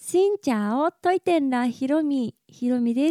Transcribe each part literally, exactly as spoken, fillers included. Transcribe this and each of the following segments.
しんちゃおトイテンラひろみひろみです。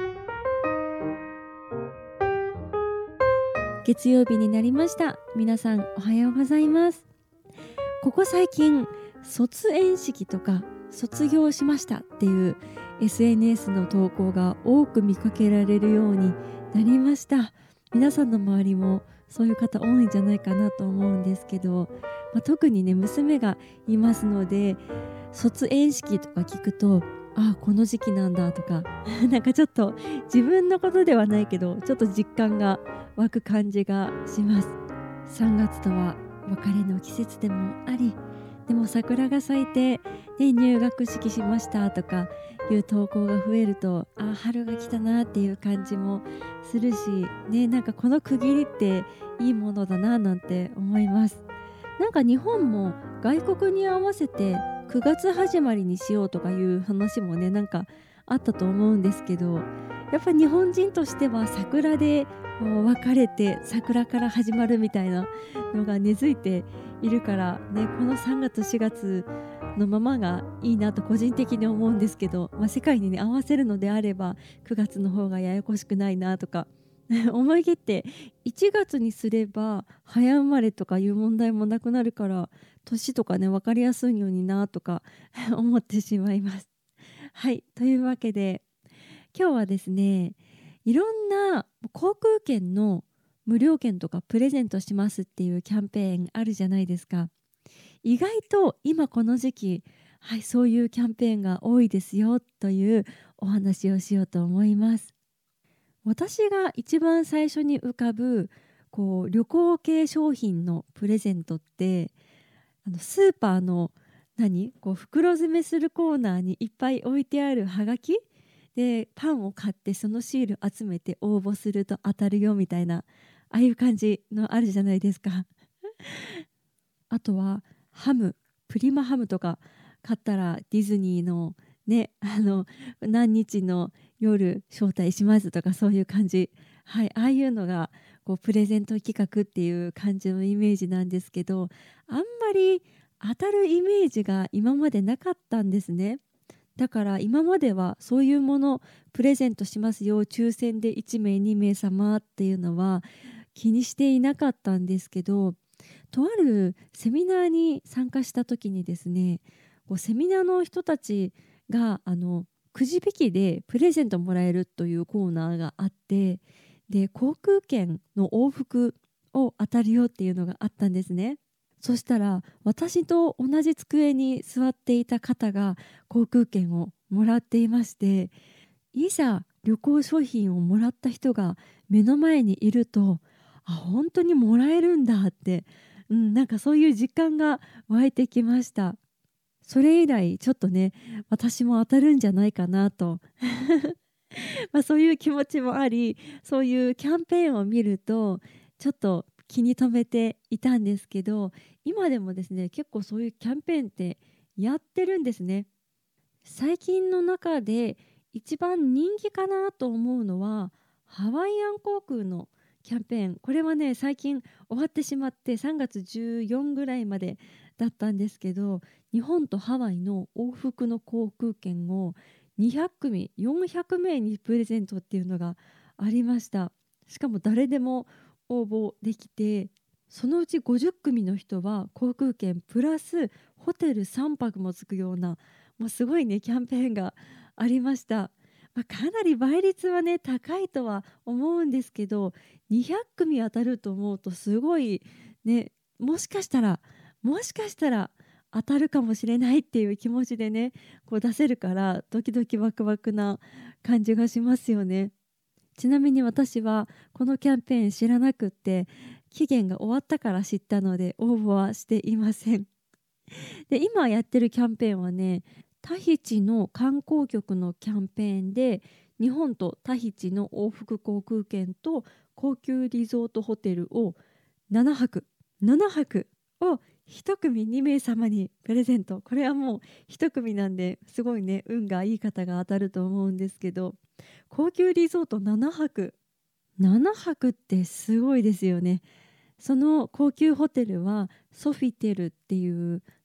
月曜日になりました。皆さんおはようございます。ここ最近卒園式とか卒業しましたっていう エスエヌエス の投稿が多く見かけられるようになりました。皆さんの周りもそういう方多いんじゃないかなと思うんですけど、まあ、特にね娘がいますので、卒園式とか聞くと、ああこの時期なんだとかなんかちょっと自分のことではないけどちょっと実感が湧く感じがします。さんがつとは別れの季節でもあり、でも桜が咲いて、で入学式しましたとかいう投稿が増えると、あ春が来たなっていう感じもするしね、なんかこの区切りっていいものだななんて思います。なんか日本も外国に合わせてくがつ始まりにしようとかいう話もねなんかあったと思うんですけど、やっぱ日本人としては桜でもう別れて桜から始まるみたいなのが根付いているからね、このさんがつしがつのままがいいなと個人的に思うんですけど、まあ、世界にね合わせるのであればくがつの方がややこしくないなとか思い切っていちがつにすれば早生まれとかいう問題もなくなるから、年とかね分かりやすいようになとか思ってしまいます。はい、というわけで今日はですね、いろんな航空券の無料券とかプレゼントしますっていうキャンペーンあるじゃないですか。意外と今この時期、はい、そういうキャンペーンが多いですよというお話をしようと思います。私が一番最初に浮かぶこう旅行系商品のプレゼントって、あのスーパーの何こう袋詰めするコーナーにいっぱい置いてあるはがきでパンを買ってそのシール集めて応募すると当たるよみたいな、ああいう感じのあるじゃないですか。あとはハムプリマハムとか買ったらディズニーのねあの何日の夜招待しますとかそういう感じ、はい、ああいうのがこうプレゼント企画っていう感じのイメージなんですけど、あんまり当たるイメージが今までなかったんですね。だから今まではそういうものプレゼントしますよ抽選でいちめいにめい様っていうのは気にしていなかったんですけど、とあるセミナーに参加した時にですね、こうセミナーの人たちがあのくじ引きでプレゼントもらえるというコーナーがあって、で航空券の往復を当たるよっていうのがあったんですね。そしたら私と同じ机に座っていた方が航空券をもらっていまして、いざ旅行商品をもらった人が目の前にいると、あ本当にもらえるんだって、うん、なんかそういう実感が湧いてきました。それ以来ちょっとね私も当たるんじゃないかなとまあそういう気持ちもあり、そういうキャンペーンを見るとちょっと気に留めていたんですけど、今でもですね結構そういうキャンペーンってやってるんですね。最近の中で一番人気かなと思うのはハワイアン航空のキャンペーン。これはね最近終わってしまってさんがつじゅうよっかぐらいまでだったんですけど、日本とハワイの往復の航空券をにひゃくくみよんひゃくめいにプレゼントっていうのがありました。しかも誰でも応募できて、そのうちごじゅっくみの人は航空券プラスホテルさんぱくもつくような、もうすごいねキャンペーンがありました。まあ、かなり倍率はね高いとは思うんですけど、にひゃくくみ当たると思うとすごいね、もしかしたらもしかしたら当たるかもしれないっていう気持ちでねこう出せるからドキドキワクワクな感じがしますよね。ちなみに私はこのキャンペーン知らなくって、期限が終わったから知ったので応募はしていません。で今やってるキャンペーンはね、タヒチの観光局のキャンペーンで日本とタヒチの往復航空券と高級リゾートホテルをななはくななはくをいち組にめい様にプレゼント。これはもういち組なんですごいね運がいい方が当たると思うんですけど、高級リゾートななはくななはくってすごいですよね。その高級ホテルはソフィテルっていう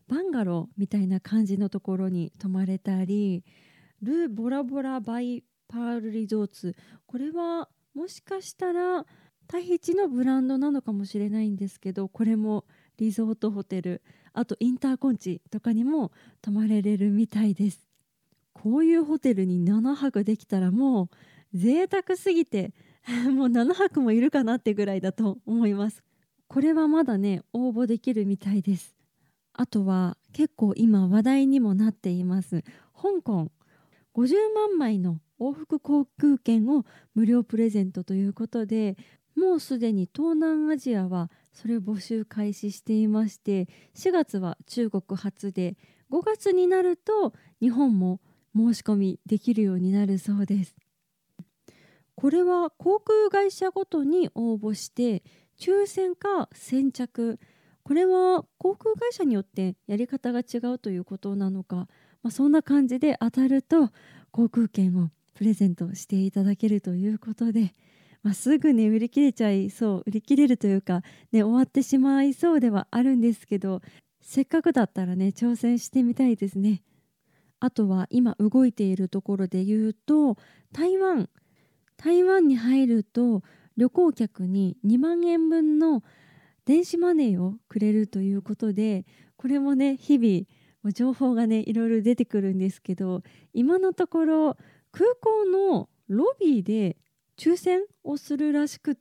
バンガローみたいな感じのところに泊まれたり、ル・ボラボラバイパールリゾーツ、これはもしかしたらタヒチのブランドなのかもしれないんですけど、これもリゾートホテル、あとインターコンチとかにも泊まれれるみたいです。こういうホテルにななはくできたらもう贅沢すぎてもうななはくもいるかなってぐらいだと思います。これはまだね応募できるみたいです。あとは結構今話題にもなっています香港、ごじゅうまんまいの往復航空券を無料プレゼントということで、もうすでに東南アジアはそれを募集開始していまして、しがつは中国発で、ごがつになると日本も申し込みできるようになるそうです。これは航空会社ごとに応募して抽選か先着、これは航空会社によってやり方が違うということなのか、まあ、そんな感じで当たると航空券をプレゼントしていただけるということで、まあ、すぐね売り切れちゃいそう、売り切れるというか、ね、終わってしまいそうではあるんですけど、せっかくだったらね挑戦してみたいですね。あとは今動いているところで言うと、台湾台湾に入ると旅行客ににまんえんぶんの電子マネーをくれるということで、これもね日々もう情報がねいろいろ出てくるんですけど、今のところ空港のロビーで抽選をするらしくって、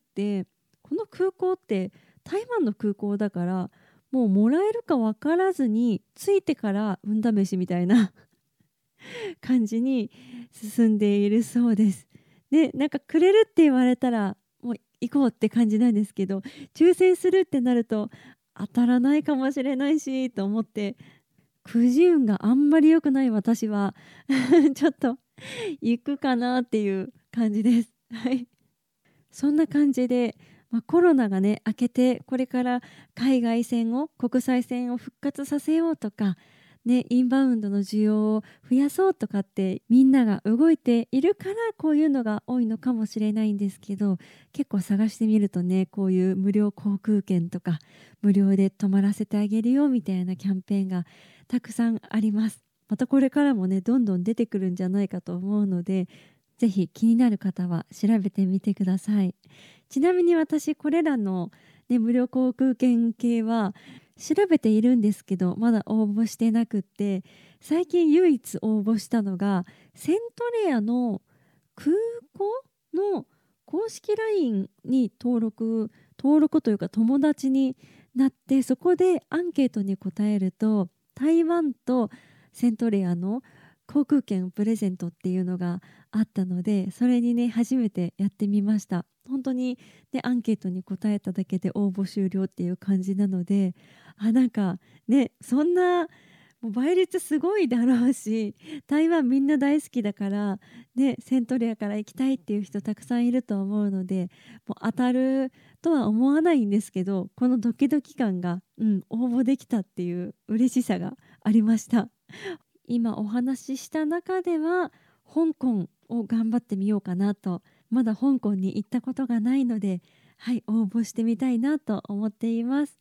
この空港って台湾の空港だからもうもらえるか分からずに着いてから運試しみたいな感じに進んでいるそうです。で、なんかくれるって言われたらもう行こうって感じなんですけど、抽選するってなると当たらないかもしれないしと思って、くじ運があんまり良くない私はちょっと行くかなっていう感じです。はい。そんな感じで、まあ、コロナがね明けて、これから海外線を国際線を復活させようとかね、インバウンドの需要を増やそうとかってみんなが動いているからこういうのが多いのかもしれないんですけど、結構探してみるとねこういう無料航空券とか無料で泊まらせてあげるよみたいなキャンペーンがたくさんあります。またこれからもねどんどん出てくるんじゃないかと思うので、ぜひ気になる方は調べてみてください。ちなみに私これらの、ね、無料航空券系は調べているんですけどまだ応募してなくって、最近唯一応募したのがセントレアの空港の公式 ライン に登録登録というか友達になって、そこでアンケートに答えると台湾とセントレアの航空券プレゼントっていうのがあったので、それにね初めてやってみました。本当にねアンケートに答えただけで応募終了っていう感じなので、あなんかねそんなもう倍率すごいだろうし、台湾みんな大好きだからね、セントレアから行きたいっていう人たくさんいると思うので、もう当たるとは思わないんですけど、このドキドキ感が、うん、応募できたっていう嬉しさがありました。今お話しした中では香港を頑張ってみようかなと、まだ香港に行ったことがないので、はい応募してみたいなと思っています。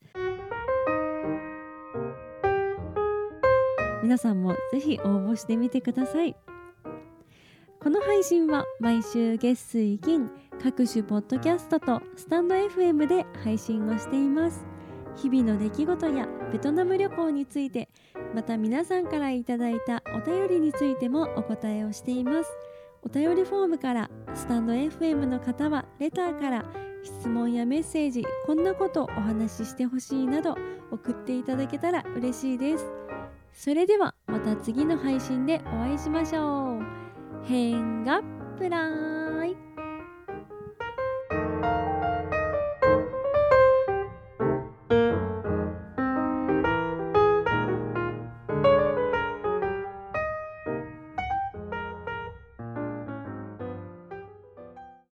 皆さんもぜひ応募してみてください。この配信は毎週月水金各種ポッドキャストとスタンド エフエム で配信をしています。日々の出来事やベトナム旅行について、また皆さんからいただいたお便りについてもお答えをしています。お便りフォームから、スタンド エフエム の方はレターから質問やメッセージ、こんなことお話ししてほしいなど送っていただけたら嬉しいです。それではまた次の配信でお会いしましょう。変がプライ